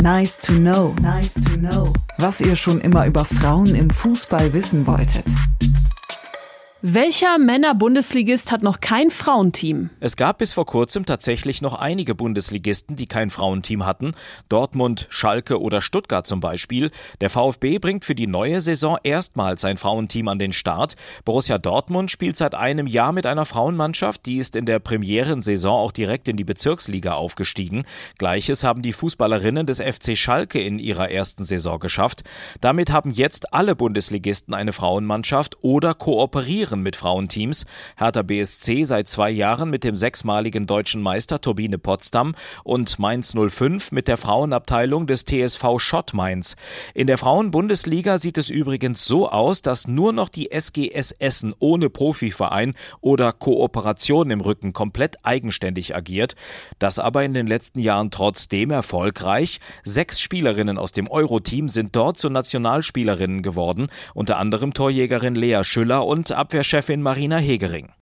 Nice to know. Nice to know. Was ihr schon immer über Frauen im Fußball wissen wolltet. Welcher Männer-Bundesligist hat noch kein Frauenteam? Es gab bis vor kurzem tatsächlich noch einige Bundesligisten, die kein Frauenteam hatten. Dortmund, Schalke oder Stuttgart zum Beispiel. Der VfB bringt für die neue Saison erstmals ein Frauenteam an den Start. Borussia Dortmund spielt seit einem Jahr mit einer Frauenmannschaft. Die ist in der Premierensaison auch direkt in die Bezirksliga aufgestiegen. Gleiches haben die Fußballerinnen des FC Schalke in ihrer ersten Saison geschafft. Damit haben jetzt alle Bundesligisten eine Frauenmannschaft oder kooperieren mit Frauenteams. Hertha BSC seit 2 Jahren mit dem 6-maligen deutschen Meister Turbine Potsdam und Mainz 05 mit der Frauenabteilung des TSV Schott Mainz. In der Frauenbundesliga sieht es übrigens so aus, dass nur noch die SGS Essen ohne Profiverein oder Kooperation im Rücken komplett eigenständig agiert. Das aber in den letzten Jahren trotzdem erfolgreich. 6 Spielerinnen aus dem Euro-Team sind dort zu Nationalspielerinnen geworden, unter anderem Torjägerin Lea Schüller und Abwehrchefin Marina Hegering.